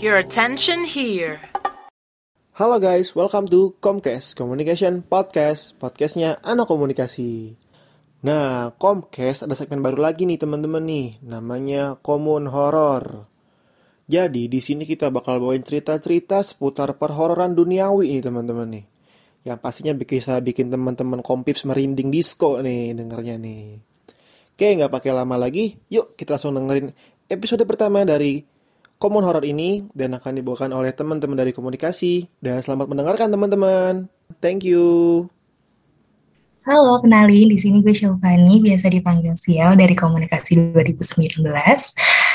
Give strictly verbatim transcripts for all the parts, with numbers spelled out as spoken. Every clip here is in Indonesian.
Your attention here. Halo guys, welcome to Comcast Communication Podcast, podcastnya anak komunikasi. Nah, Comcast ada segmen baru lagi nih teman-teman nih, namanya Komun Horor. Jadi di sini kita bakal bawain cerita-cerita seputar perhororan duniawi nih teman-teman nih, yang pastinya bisa bikin teman-teman Kompips merinding disco nih dengernya nih. Oke, nggak pakai lama lagi, yuk kita langsung dengerin episode pertama dari Komun Horor ini dan akan dibawakan oleh teman-teman dari komunikasi. Dan selamat mendengarkan teman-teman. Thank you. Halo, kenalin di sini gue Sylvani, biasa dipanggil Sial dari Komunikasi dua ribu sembilan belas.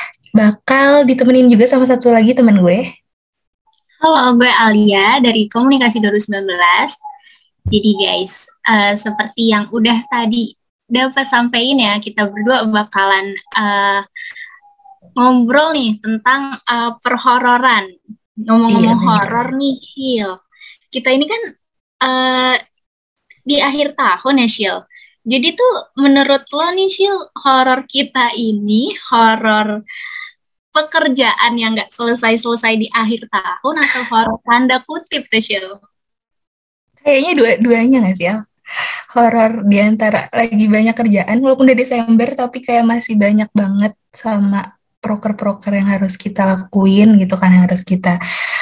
Bakal ditemenin juga sama satu lagi teman gue. Halo, gue Alia dari Komunikasi dua ribu sembilan belas. Jadi guys, uh, seperti yang udah tadi dapat sampein ya, kita berdua bakalan uh, ngobrol nih tentang uh, perhororan. Ngomong-ngomong iya, horor nih, Syil. Kita ini kan uh, di akhir tahun ya, Syil. Jadi tuh menurut lo nih, Syil, horor kita ini horor pekerjaan yang gak selesai-selesai di akhir tahun atau horor tanda kutip tuh, Syil? Kayaknya dua-duanya gak, Syil? Horor di antara lagi banyak kerjaan, walaupun udah Desember, tapi kayak masih banyak banget sama proker-proker yang harus kita lakuin gitu kan, harus kita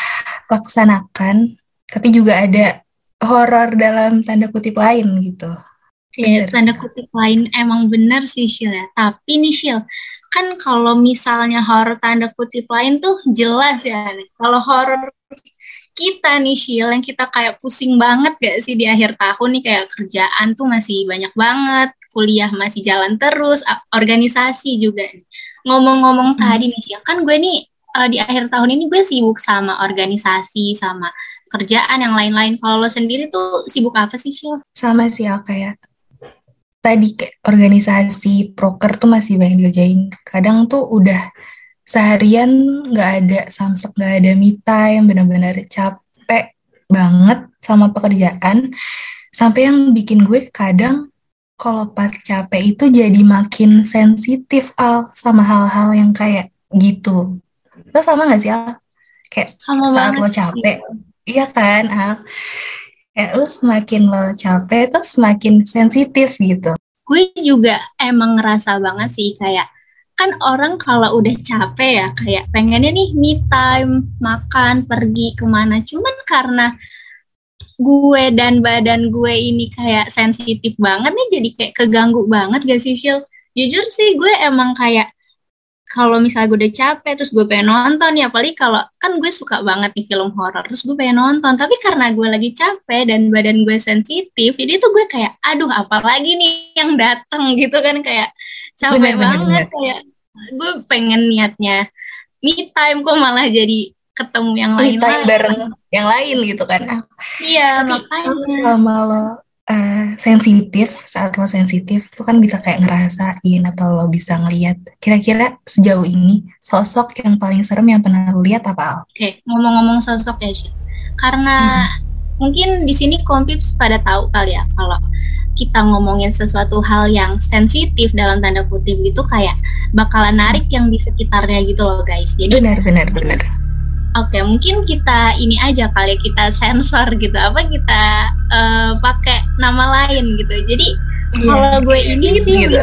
laksanakan, tapi juga ada horor dalam tanda kutip lain gitu. Oke, tanda kutip lain emang bener sih, Syil ya. Tapi nih, Syil, kan kalau misalnya horor tanda kutip lain tuh jelas ya. Kalau horor kita nih, Syil, yang kita kayak pusing banget gak sih di akhir tahun nih, kayak kerjaan tuh masih banyak banget, kuliah masih jalan terus, organisasi juga. Ngomong-ngomong hmm. tadi nih, Syil, kan gue nih uh, di akhir tahun ini gue sibuk sama organisasi, sama kerjaan yang lain-lain. Kalau lo sendiri tuh sibuk apa sih, Syil? Sama sih, kayak tadi kayak organisasi, proker tuh masih banyak dikerjain. Kadang tuh udah seharian nggak ada samsek, nggak ada me time, benar-benar capek banget sama pekerjaan. Sampai yang bikin gue kadang kalau pas capek itu jadi makin sensitif Al sama hal-hal yang kayak gitu. Lo sama nggak sih Al? Kayak sama saat lo capek, sih. Iya kan Al? Kayak lo semakin lo capek tuh semakin sensitif gitu. Gue juga emang ngerasa banget sih, kayak kan orang kalau udah capek ya kayak pengennya nih me time, makan, pergi kemana. Cuman karena gue dan badan gue ini kayak sensitif banget nih, jadi kayak keganggu banget gak sih, Syil? Jujur sih gue emang kayak kalau misalnya gue udah capek terus gue pengen nonton ya, apalagi kalau kan gue suka banget nih film horor, terus gue pengen nonton, tapi karena gue lagi capek dan badan gue sensitif, jadi tuh gue kayak aduh apa lagi nih yang datang gitu kan, kayak capek bener, banget bener. Kayak gue pengen niatnya me time kok malah jadi ketemu yang lain lain bareng yang lain gitu kan. Iya, tapi makanya selama lo Uh, sensitif, saat lo sensitif lo kan bisa kayak ngerasain atau lo bisa ngelihat kira-kira sejauh ini sosok yang paling serem yang pernah lo lihat apa Al? Oke, okay, ngomong-ngomong sosok ya Syil, karena hmm. mungkin di sini Kompips pada tahu kali ya kalau kita ngomongin sesuatu hal yang sensitif dalam tanda kutip gitu kayak bakalan narik yang di sekitarnya gitu loh guys. Jadi benar benar benar. Oke, mungkin kita ini aja kali kita sensor gitu, apa kita uh, pakai nama lain gitu. Jadi yeah, kalau gue yeah, ini gitu, sih gitu.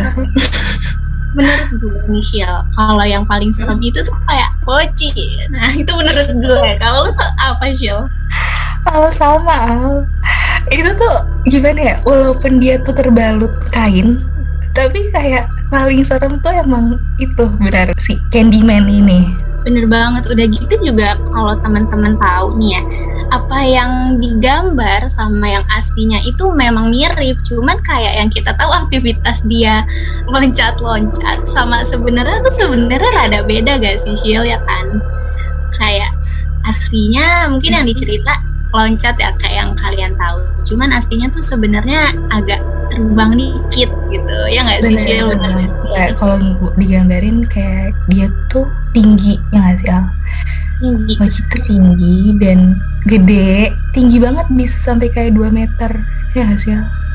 Menurut gue Michelle, kalau yang paling serem itu tuh kayak poci. Nah itu menurut gue. Kalau lu apa, Syil? Oh sama Al. Itu tuh gimana ya? Walaupun dia tuh terbalut kain, tapi kayak paling serem tuh emang itu benar si Candyman ini. Bener banget, udah gitu juga kalau teman-teman tahu nih ya, apa yang digambar sama yang aslinya itu memang mirip, cuman kayak yang kita tahu aktivitas dia loncat-loncat sama sebenarnya tuh sebenarnya rada beda gak sih, Syil, ya kan? Kayak aslinya mungkin yang dicerita loncat ya kayak yang kalian tahu, cuman aslinya tuh sebenarnya agak terbang dikit gitu, ya nggak sih, Syil? Kayak kalau digambarin kayak dia tuh tinggi, ya nggak sih Al? Tinggi. Oh, itu tinggi dan gede, tinggi banget bisa sampai kayak dua meter, ya nggak sih Al?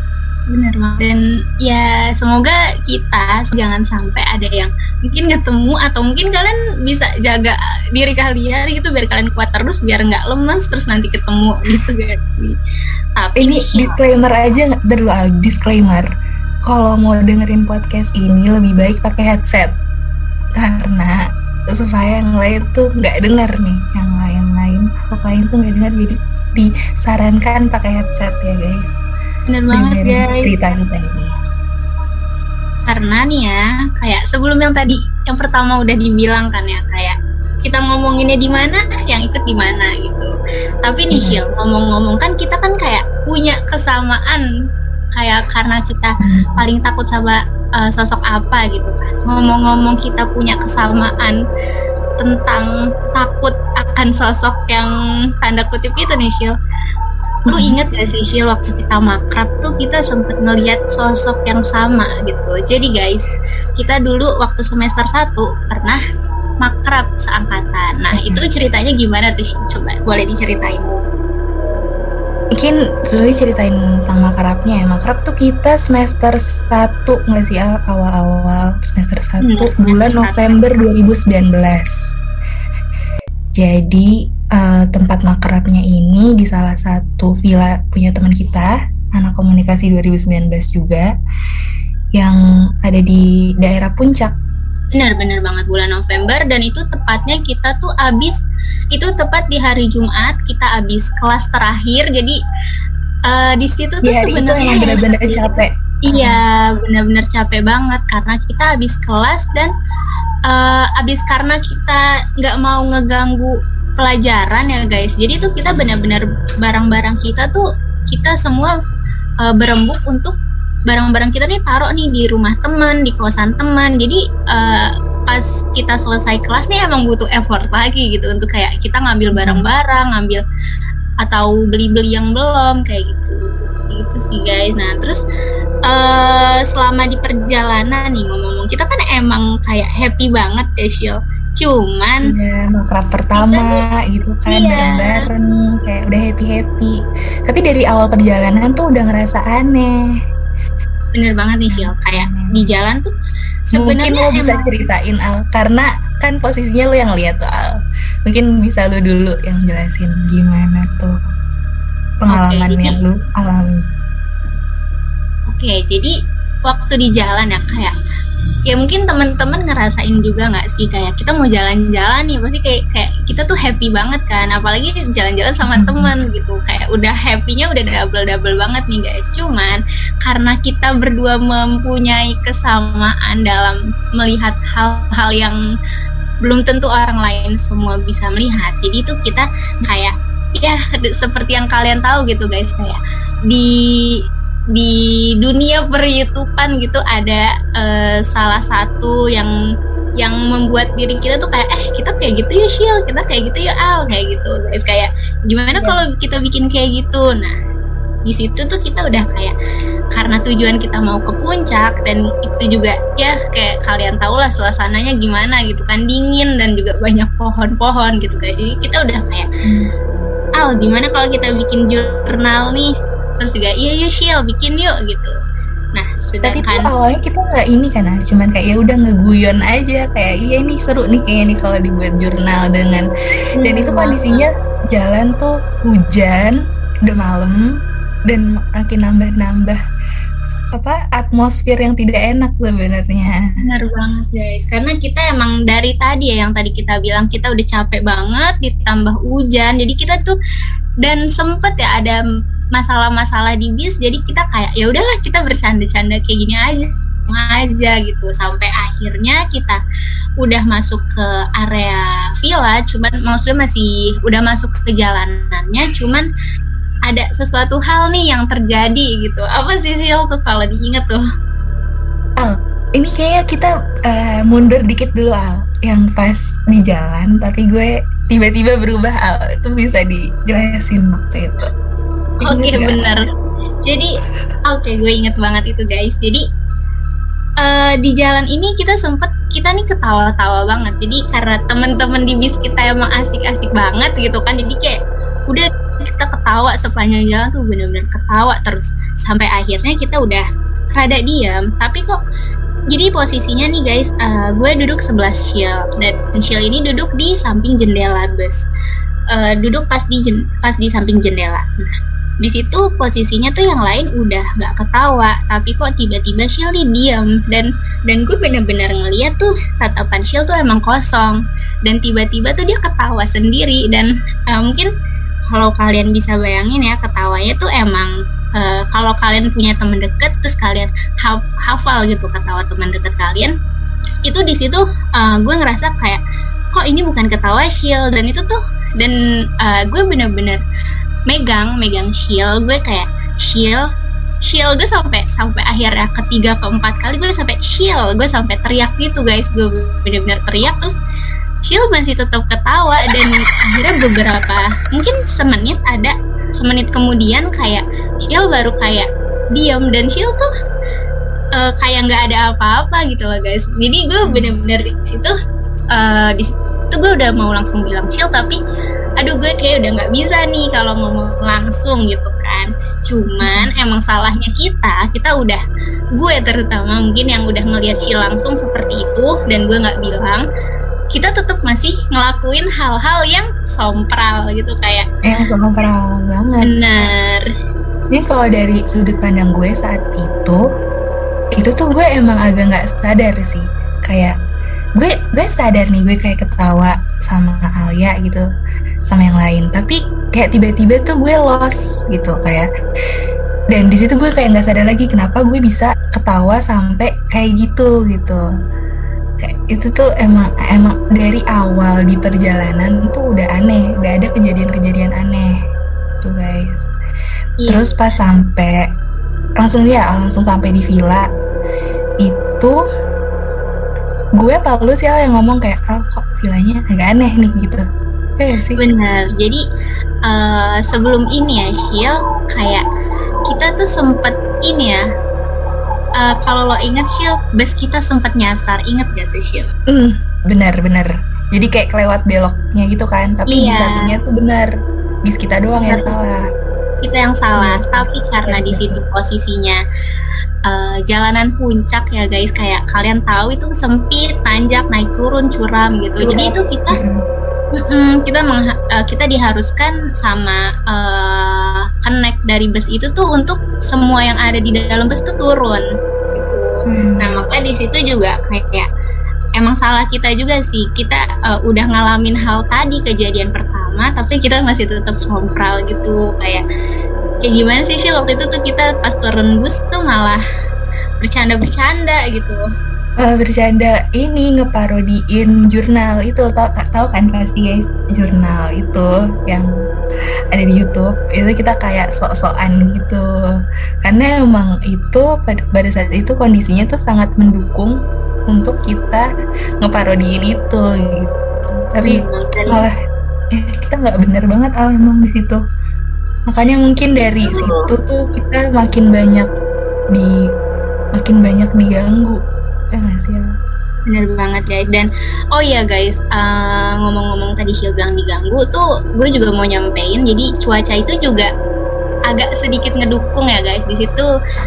Benar banget. Dan ya semoga kita jangan sampai ada yang mungkin ketemu, atau mungkin kalian bisa jaga diri kalian gitu biar kalian kuat terus, biar nggak lemas terus nanti ketemu gitu guys. Tapi ini disclaimer aja dulu, disclaimer. Kalau mau dengerin podcast ini lebih baik pakai headset, karena supaya yang lain tuh nggak dengar nih, yang lain-lain makhluk lain tuh nggak dengar, jadi disarankan pakai headset ya guys. Bener banget guys. Cerita kita ini. Karena nih ya, kayak sebelum yang tadi, yang pertama udah dibilang kan ya, kayak kita ngomonginnya di mana, yang ikut di mana gitu. Tapi nih Syil, ngomong-ngomong kan kita kan kayak punya kesamaan, kayak karena kita paling takut sama uh, sosok apa gitu kan. Ngomong-ngomong kita punya kesamaan tentang takut akan sosok yang tanda kutip itu nih Syil. Lu inget gak sih Syil, waktu kita makrab tuh kita sempet ngeliat sosok yang sama gitu. Jadi guys, kita dulu waktu semester satu pernah makrab seangkatan. Nah itu ceritanya gimana tuh Syil? Coba boleh diceritain. Mungkin dulu ceritain tentang makrabnya ya. Makrab tuh kita semester satu gak sih, awal-awal semester satu, hmm, bulan November dua ribu sembilan belas. Jadi uh, tempat makrabnya ini di salah satu villa punya teman kita, anak komunikasi dua ribu sembilan belas juga, yang ada di daerah Puncak. Benar-benar banget, bulan November, dan itu tepatnya kita tuh abis, itu tepat di hari Jumat, kita abis kelas terakhir. Jadi uh, di situ tuh sebenarnya benar-benar capek. Iya, benar-benar capek banget karena kita abis kelas dan uh, abis karena kita nggak mau ngeganggu pelajaran ya guys. Jadi tuh kita benar-benar barang-barang kita tuh kita semua uh, berembuk untuk barang-barang kita nih taruh nih di rumah teman, di kosan teman. Jadi uh, pas kita selesai kelas nih emang butuh effort lagi gitu untuk kayak kita ngambil barang-barang, ngambil atau beli-beli yang belum kayak gitu. Gitu sih guys. Nah terus uh, selama di perjalanan nih ngomong-ngomong, kita kan emang kayak happy banget ya Syil. Cuman ya, makrab pertama nih, gitu kan, iya, bareng-bareng kayak udah happy-happy. Tapi dari awal perjalanan tuh udah ngerasa aneh. Bener banget nih Syil, kayak di jalan tuh sebenarnya mungkin lo bisa emang ceritain Al, karena kan posisinya lo yang lihat tuh Al. Mungkin bisa lo dulu yang jelasin gimana tuh pengalaman okay, yang lo alami. Oke, okay, jadi waktu di jalan ya kayak ya mungkin teman-teman ngerasain juga nggak sih, kayak kita mau jalan-jalan nih pasti kayak kayak kita tuh happy banget kan, apalagi jalan-jalan sama teman gitu, kayak udah happy-nya udah double-double banget nih guys. Cuman karena kita berdua mempunyai kesamaan dalam melihat hal-hal yang belum tentu orang lain semua bisa melihat, jadi itu kita kayak ya seperti yang kalian tahu gitu guys, kayak di di dunia per-YouTubean gitu ada uh, salah satu yang yang membuat diri kita tuh kayak eh kita kayak gitu ya Syil, kita kayak gitu ya Al, kayak gitu. Kayak gimana kalau kita bikin kayak gitu. Nah di situ tuh kita udah kayak karena tujuan kita mau ke puncak, dan itu juga ya kayak kalian tahu lah suasananya gimana gitu kan, dingin dan juga banyak pohon-pohon gitu guys. Jadi kita udah kayak Al gimana kalau kita bikin jurnal nih, terus juga iya yuk Syil bikin yuk gitu. Nah sedangkan tapi tuh awalnya kita nggak ini kan, cuman kayak ya udah ngeguyon aja, kayak iya ini seru nih kayaknya nih kalau dibuat jurnal dengan hmm, dan itu kondisinya jalan tuh hujan, udah malam, dan makin nambah-nambah apa atmosfer yang tidak enak sebenarnya. Benar banget guys, karena kita emang dari tadi ya yang tadi kita bilang kita udah capek banget ditambah hujan, jadi kita tuh dan sempet ya ada masalah-masalah di bis, jadi kita kayak ya udahlah kita bercanda-canda kayak gini aja aja gitu, sampai akhirnya kita udah masuk ke area villa, cuman maksudnya masih udah masuk ke jalanannya, cuman ada sesuatu hal nih yang terjadi gitu. Apa sih Syil tuh kalau diinget tuh? Al, ini kayaknya kita uh, mundur dikit dulu Al, yang pas di jalan tapi gue tiba-tiba berubah Al, itu bisa dijelasin waktu itu. Oke okay, benar. Jadi oke okay, gue inget banget itu guys. Jadi uh, di jalan ini kita sempet kita nih ketawa-tawa banget. Jadi karena teman-teman di bis kita emang asik-asik banget gitu kan. Jadi kayak udah kita ketawa sepanjang jalan tuh, bener-bener ketawa terus sampai akhirnya kita udah rada diam. Tapi kok jadi posisinya nih guys, uh, gue duduk sebelah Shiel dan Shiel ini duduk di samping jendela bus, uh, duduk pas di jen- pas di samping jendela. Nah, di situ posisinya tuh yang lain udah nggak ketawa, tapi kok tiba-tiba Shiel nih diam, dan dan gue bener-bener ngeliat tuh tatapan Shiel tuh emang kosong, dan tiba-tiba tuh dia ketawa sendiri. Dan uh, mungkin kalau kalian bisa bayangin ya, ketawanya tuh emang uh, kalau kalian punya teman deket terus kalian haf- hafal gitu ketawa teman deket kalian, itu di situ uh, gue ngerasa kayak kok ini bukan ketawa Shiel. Dan itu tuh dan uh, gue bener-bener megang megang Shiel, gue kayak Shiel Shiel gue sampai sampai akhirnya ketiga keempat kali gue sampai Shiel, gue sampai teriak gitu guys, gue benar-benar teriak, terus Shiel masih tetap ketawa. Dan akhirnya beberapa mungkin semenit ada semenit kemudian kayak Shiel baru kayak diam, dan Shiel tuh uh, kayak nggak ada apa-apa gitu loh guys. Jadi gue benar-benar di situ uh, di situ gue udah mau langsung bilang Shiel, tapi aduh gue kayak udah nggak bisa nih kalau ngomong langsung gitu kan. Cuman emang salahnya kita, kita udah, gue terutama mungkin yang udah ngelihat Shiel langsung seperti itu dan gue nggak bilang, kita tetap masih ngelakuin hal-hal yang sompral gitu, kayak yang sompral banget. Benar. Ini kalau dari sudut pandang gue saat itu, itu tuh gue emang agak nggak sadar sih, kayak gue gue sadar nih gue kayak ketawa sama Alia gitu, sama yang lain, tapi kayak tiba-tiba tuh gue lost gitu kayak, dan di situ gue kayak nggak sadar lagi kenapa gue bisa ketawa sampai kayak gitu gitu. Kayak itu tuh emang emang dari awal di perjalanan tuh udah aneh, udah ada kejadian-kejadian aneh tuh guys. Yeah. Terus pas sampai langsung dia langsung sampai di villa itu, gue apa lu sih Al yang ngomong kayak, Al kok villanya agak aneh nih gitu. Ya sih. Benar. Jadi uh, sebelum ini ya Shiel, kayak kita tuh sempet ini ya, uh, kalau lo inget Shiel, bus kita sempet nyasar, inget gak tuh Shiel? Mm, benar-benar. Jadi kayak kelewat beloknya gitu kan, tapi iya. Di satunya tuh benar, bis kita doang yang salah. Kita yang salah, hmm. tapi karena di situ posisinya uh, jalanan puncak ya guys, kayak kalian tahu itu sempit, tanjak, naik turun, curam gitu. Jadi itu kita mm-hmm. kita mengha- uh, kita diharuskan sama uh, connect dari bus itu tuh untuk semua yang ada di dalam bus tuh turun gitu. Hmm. Nah makanya di situ juga kayak emang salah kita juga sih, kita uh, udah ngalamin hal tadi kejadian pertama, tapi kita masih tetap sompral gitu, kayak kayak gimana sih sih waktu itu tuh kita pas turun bus tuh malah bercanda-bercanda gitu. Uh, bercanda ini ngeparodiin jurnal itu, tau, tau kan pasti guys, jurnal itu yang ada di YouTube itu kita kayak sok-sokan gitu, karena emang itu pada, pada saat itu kondisinya tuh sangat mendukung untuk kita ngeparodiin itu gitu. Tapi hmm, malah eh, kita nggak bener banget Al emang di situ, makanya mungkin dari situ tuh kita makin banyak di makin banyak diganggu. Ya nggak sih ya? Bener banget guys. Dan oh iya guys, uh, ngomong-ngomong tadi Shiel bilang diganggu tuh, gue juga mau nyampein, jadi cuaca itu juga agak sedikit ngedukung ya guys. Di situ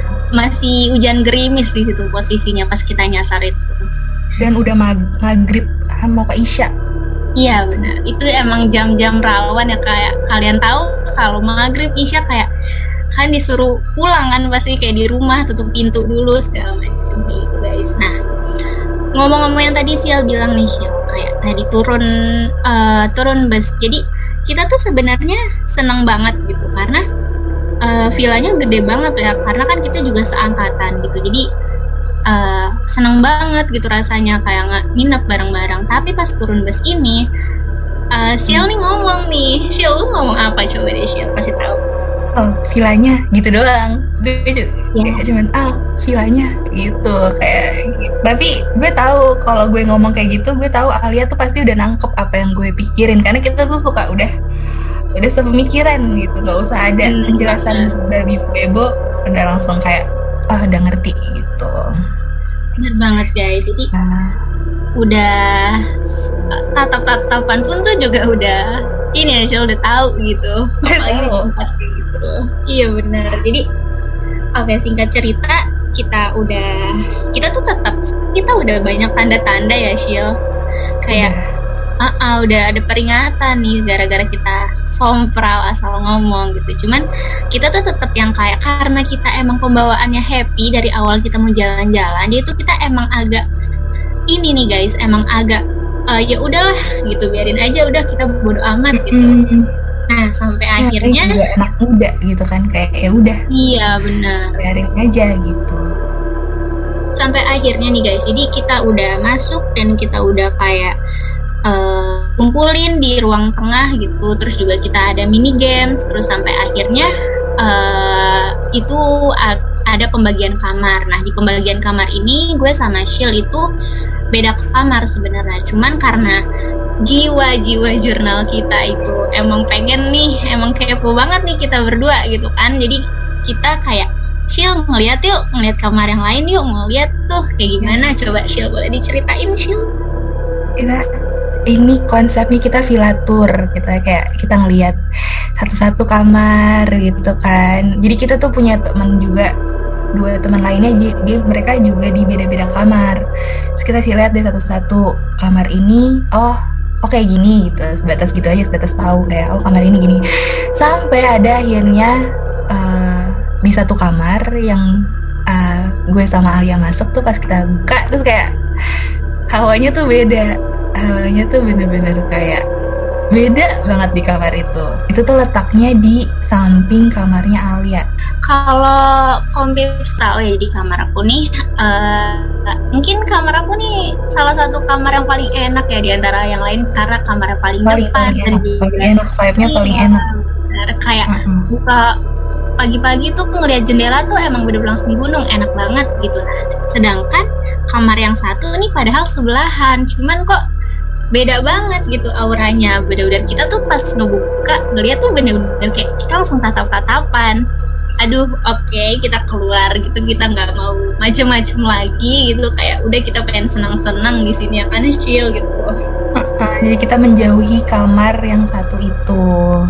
masih hujan gerimis di situ posisinya pas kita nyasar itu. Dan udah mag- maghrib mau ke isya. Iya benar. Itu emang jam-jam rawan ya, kayak kalian tahu kalau maghrib isya kayak kan disuruh pulang kan, pasti kayak di rumah tutup pintu dulu segala macam gitu guys. Nah ngomong-ngomong yang tadi Shiel bilang nih Shiel, kayak tadi turun uh, turun bus, jadi kita tuh sebenarnya seneng banget gitu karena uh, villanya gede banget ya, karena kan kita juga seangkatan gitu, jadi uh, seneng banget gitu rasanya kayak nggak nginep bareng-bareng. Tapi pas turun bus ini uh, Shiel nih ngomong nih, Shiel lu ngomong apa coba deh Shiel, kasih tahu. Oh villanya gitu doang, gue juga ya. Cuman ah villanya gitu kayak gitu. Tapi gue tahu kalau gue ngomong kayak gitu, gue tahu Alia tuh pasti udah nangkep apa yang gue pikirin, karena kita tuh suka udah udah sepemikiran gitu, nggak usah ada hmm. penjelasan dari Bebo, udah langsung kayak ah udah ngerti gitu. Bener banget guys. Jadi nah. udah tatap-tatapan pun tuh juga udah ini ya, udah tahu gitu. Apalagi di tempat kayak gitu. Iya benar. Jadi oke, singkat cerita, kita udah kita tuh tetap kita udah banyak tanda-tanda ya, Shil. Kayak uh, uh, udah ada peringatan nih gara-gara kita sompral asal ngomong gitu. Cuman kita tuh tetap yang kayak karena kita emang pembawaannya happy dari awal kita mau jalan-jalan, jadi tuh kita emang agak ini nih guys, emang agak uh, ya udahlah gitu, biarin aja, udah kita bodo amat gitu. Mm-hmm. Nah sampai ya, akhirnya juga anak muda gitu kan, kayak ya udah. Iya benar. Biarin aja gitu. Sampai akhirnya nih guys, jadi kita udah masuk dan kita udah kayak uh, kumpulin di ruang tengah gitu, terus juga kita ada mini games, terus sampai akhirnya uh, itu uh, ada pembagian kamar. Nah di pembagian kamar ini gue sama Shil itu beda kamar sebenarnya, cuman karena jiwa-jiwa jurnal kita itu emang pengen nih, emang kepo banget nih kita berdua gitu kan, jadi kita kayak Shil ngeliat yuk, ngeliat kamar yang lain yuk, mau lihat tuh kayak gimana. Coba Shil, boleh diceritain Shil? Kita ini konsepnya kita villa tour, kita kayak kita ngeliat satu-satu kamar gitu kan. Jadi kita tuh punya teman juga, dua teman lainnya, dia, mereka juga di beda-beda kamar. Terus kita sih lihat deh satu-satu kamar ini, oh oke okay, gini gitu, sebatas gitu aja, sebatas tahu kayak oh kamar ini gini. Sampai ada akhirnya uh, di satu kamar yang uh, gue sama Alia masuk tuh, pas kita buka terus kayak hawanya tuh beda, hawanya tuh bener-bener kayak beda banget di kamar itu. Itu tuh letaknya di samping kamarnya Alia. Kalau Kompips tahu ya, di kamar aku nih, uh, mungkin kamar aku nih salah satu kamar yang paling enak ya di antara yang lain, karena kamar yang paling, paling depan paling dan enak, juga paling enak, vibe-nya paling enak. Benar, kayak uh-huh. buka pagi-pagi tuh ngeliat jendela tuh emang bener-bener langsung gunung, enak banget gitu. Nah, sedangkan kamar yang satu nih padahal sebelahan, cuman kok beda banget gitu auranya. Bener-bener kita tuh pas ngebuka ngeliat tuh bener-bener kayak kita langsung tatap-tatapan. Aduh oke okay, kita keluar gitu, kita nggak mau macem-macem lagi gitu, kayak udah kita pengen senang-senang di sini ya kan, chill gitu. Uh-uh, jadi kita menjauhi kamar yang satu itu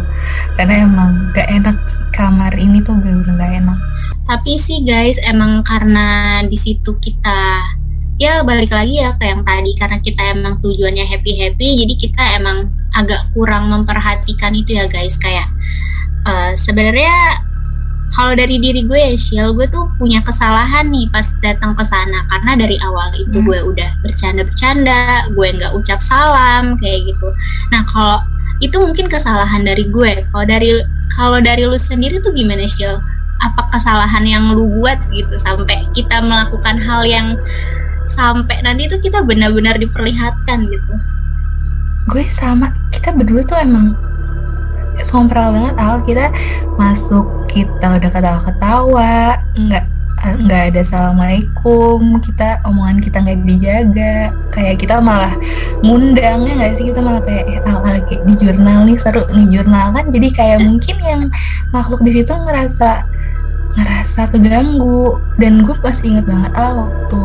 karena emang gak enak, kamar ini tuh bener-bener gak enak. Tapi sih guys, emang karena di situ kita ya balik lagi ya ke yang tadi, karena kita emang tujuannya happy-happy, jadi kita emang agak kurang memperhatikan itu ya guys. Kayak uh, sebenarnya kalau dari diri gue ya Shil, gue tuh punya kesalahan nih pas datang ke sana, karena dari awal itu hmm. gue udah bercanda-bercanda, gue nggak ucap salam kayak gitu. Nah kalau itu mungkin kesalahan dari gue. Kalau dari kalau dari lu sendiri tuh gimana Shil? Apa kesalahan yang lu buat gitu sampai kita melakukan hal yang sampai nanti tuh kita benar-benar diperlihatkan gitu? Gue sama, kita berdua tuh emang sompral banget. Al, kita masuk, kita udah ketawa-ketawa, nggak nggak ada assalamualaikum, kita omongan kita nggak dijaga, kayak kita malah ngundang ya nggak sih, kita malah kayak eh, al al kayak di jurnal nih, seru nih jurnal kan, jadi kayak mungkin yang makhluk di situ ngerasa ngerasa keganggu. Dan gue pas inget banget al waktu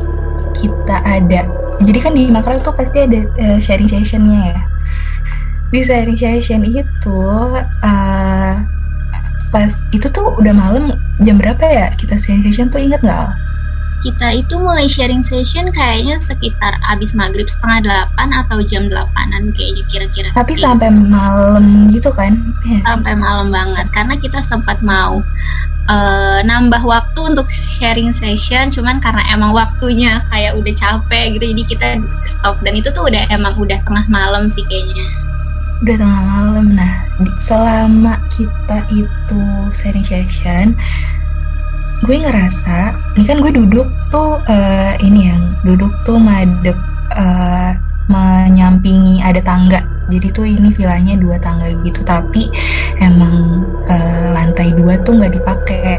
kita ada, jadi kan di Makrel tuh pasti ada uh, sharing sessionnya ya. Di sharing session itu uh, pas itu tuh udah malam, jam berapa ya kita sharing session tuh, inget nggak? Kita itu mulai sharing session kayaknya sekitar abis maghrib setengah delapan atau jam delapanan kayaknya kira-kira. Tapi gitu. Sampai malam gitu kan? Sampai malam banget, karena kita sempat mau uh, nambah waktu untuk sharing session, cuman karena emang waktunya kayak udah capek gitu, jadi kita stop. Dan itu tuh udah emang udah tengah malam sih kayaknya. Udah tengah malam. Nah, selama kita itu sharing session, gue ngerasa, ini kan gue duduk tuh uh, ini yang duduk tuh madep uh, menyampingi ada tangga. Jadi tuh ini villanya dua tangga gitu, tapi emang uh, lantai dua tuh nggak dipakai.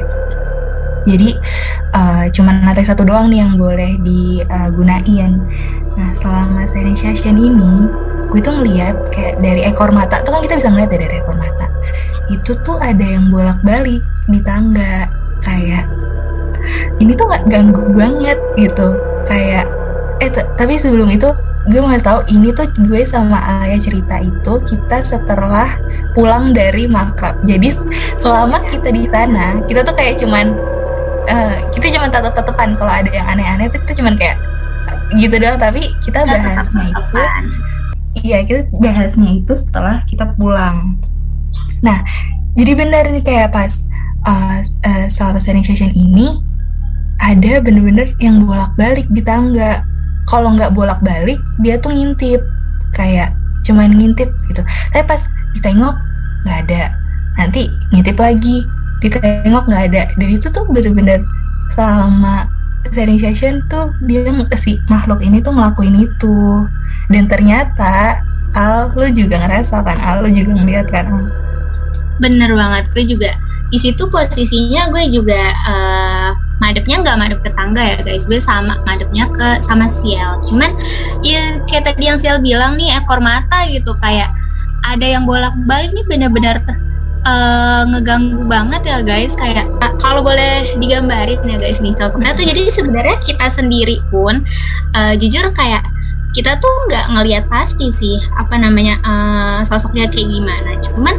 Jadi uh, cuman lantai satu doang nih yang boleh digunain. Nah, selama sharing session ini gue tuh ngeliat kayak dari ekor mata tuh kan kita bisa ngeliat dari ekor mata itu tuh ada yang bolak-balik di tangga. Kayak ini tuh nggak ganggu banget gitu, kayak Eh t- tapi sebelum itu gue mau kasih tahu ini tuh gue sama Alia cerita itu kita setelah pulang dari makrab. Jadi selama kita di sana kita tuh kayak cuman uh, kita cuman tatap-tatapan. Kalau ada yang aneh-aneh tuh kita cuman kayak gitu doang. Tapi kita bahasnya itu, iya kita bahasnya itu setelah kita pulang. Nah jadi benar nih kayak pas uh, uh, selama sharing session ini ada bener-bener yang bolak-balik di tangga. Kalau nggak bolak-balik dia tuh ngintip, kayak cuman ngintip gitu. Tapi pas ditengok nggak ada, nanti ngintip lagi, ditengok nggak ada. Dan itu tuh bener-bener selama sharing session tuh dia si makhluk ini tuh ngelakuin itu. Dan ternyata Al, lu juga ngerasa kan, Al, lu juga ngeliat kan, Al? Bener banget, gue juga di situ posisinya gue juga uh, madepnya nggak madep ke tangga ya guys, gue sama madepnya ke sama Siel. Cuman ya kayak tadi yang Siel bilang nih, ekor mata gitu, kayak ada yang bolak-balik nih benar-benar uh, ngeganggu banget ya guys. Kayak uh, kalau boleh digambarin ya guys nih sosoknya tuh, jadi sebenarnya kita sendiri pun uh, jujur kayak kita tuh nggak ngelihat pasti sih apa namanya uh, sosoknya kayak gimana. Cuman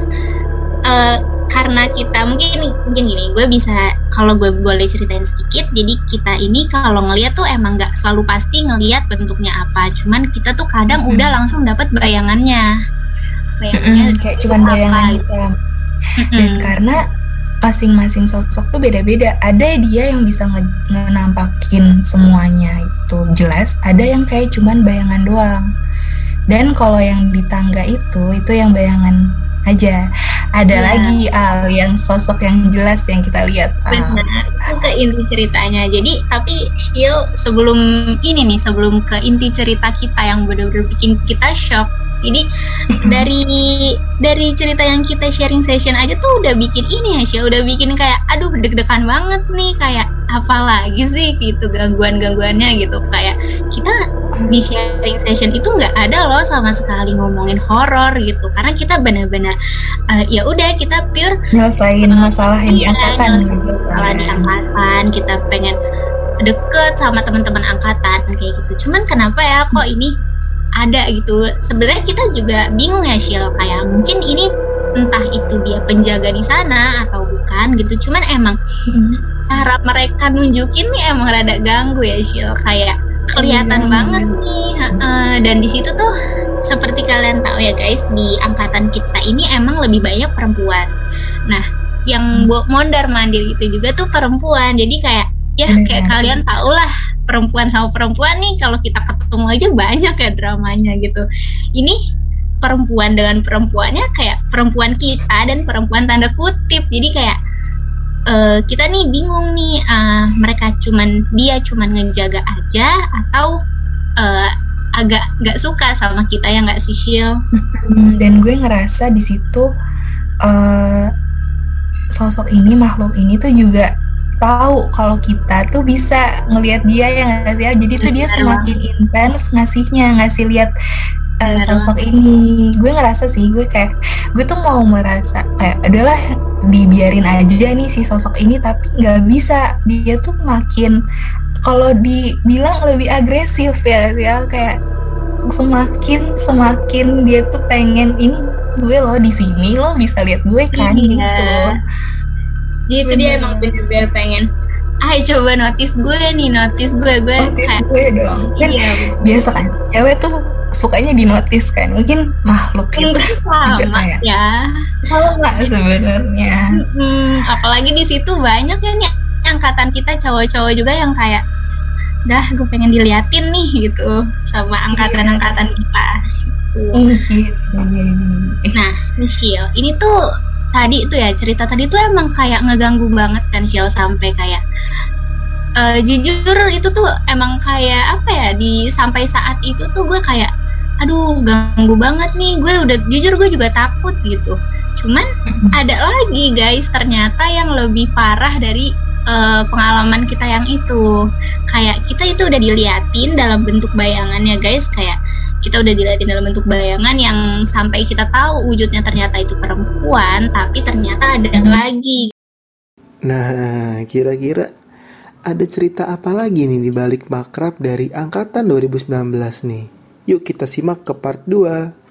uh, karena kita mungkin mungkin gini, gue bisa kalau gue boleh ceritain sedikit. Jadi kita ini kalau ngelihat tuh emang nggak selalu pasti ngelihat bentuknya apa, cuman kita tuh kadang mm-hmm. udah langsung dapat bayangannya, bayangannya mm-hmm, kayak cuman bayangan gitu. Mm-hmm. Dan karena masing-masing sosok tuh beda-beda. Ada dia yang bisa nge- ngenampakin semuanya itu jelas, ada yang kayak cuman bayangan doang. Dan kalau yang di tangga itu itu yang bayangan aja. Ada yeah. lagi Al yang sosok yang jelas yang kita lihat. Benar, itu ke inti ceritanya. Jadi tapi Shil sebelum ini nih, sebelum ke inti cerita kita yang benar-benar bikin kita shock. Jadi dari dari cerita yang kita sharing session aja tuh udah bikin ini ya Shil, udah bikin kayak aduh deg-degan banget nih, kayak apa lagi sih gitu gangguan-gangguannya gitu. Kayak kita di sharing session itu nggak ada loh sama sekali ngomongin horor gitu, karena kita benar-benar uh, ya udah kita pure nyelesain masalah yang ya, diangkatan gitu. Masalah di angkatan, kita pengen deket sama teman-teman angkatan kayak gitu. Cuman kenapa ya kok ini ada gitu? Sebenarnya kita juga bingung ya Shil, kayak mungkin ini entah itu dia penjaga di sana atau bukan gitu. Cuman emang hmm. cara mereka nunjukin nih emang rada ganggu ya Shil, kayak kelihatan hmm. banget nih. Uh, dan di situ tuh seperti kalian tahu ya guys, di angkatan kita ini emang lebih banyak perempuan. Nah, yang hmm. mondar mandir itu juga tuh perempuan. Jadi kayak ya hmm. kayak kalian tahu lah, perempuan sama perempuan nih kalau kita ketemu aja banyak ya dramanya gitu. Ini perempuan dengan perempuannya kayak perempuan kita dan perempuan tanda kutip. Jadi kayak uh, kita nih bingung nih, uh, mereka cuman dia cuman ngejaga aja atau uh, agak nggak suka sama kita ya nggak sih Shil? Dan gue ngerasa di situ uh, sosok ini, makhluk ini tuh juga tahu kalau kita tuh bisa ngelihat dia yang ngasih, jadi tuh dia semakin intens ngasihnya, ngasih lihat uh, sosok ini. Gue ngerasa sih, gue kayak gue tuh mau merasa kayak adalah dibiarin aja nih si sosok ini, tapi nggak bisa. Dia tuh makin kalau dibilang lebih agresif ya, ya kayak semakin semakin dia tuh pengen ini gue loh di sini, lo bisa lihat gue kan iya. gitu. Jadi itu dia emang bener-bener pengen, ayo coba notice gue nih, notice gue, gue notice kayak, gue dong. Kan iya, biasa kan, cewek tuh sukanya di notice kan, mungkin makhluk kita sama juga kayak ya, sama sebenarnya. Hmm, apalagi di situ banyak ya nih angkatan kita cowok-cowok juga yang kayak, dah gue pengen diliatin nih gitu sama angkatan-angkatan kita. Gitu. Nah, Shil, ini tuh tadi tuh ya cerita tadi tuh emang kayak ngeganggu banget kan Shil, sampai kayak uh, jujur itu tuh emang kayak apa ya, di sampai saat itu tuh gue kayak aduh ganggu banget nih, gue udah jujur gue juga takut gitu. Cuman ada lagi guys ternyata yang lebih parah dari uh, pengalaman kita yang itu. Kayak kita itu udah diliatin dalam bentuk bayangannya guys, kayak kita udah dilihatin dalam bentuk bayangan yang sampai kita tahu wujudnya ternyata itu perempuan, tapi ternyata ada lagi. Nah, kira-kira Ada cerita apa lagi nih di balik makrab dari angkatan dua ribu sembilan belas nih? Yuk kita simak ke part dua.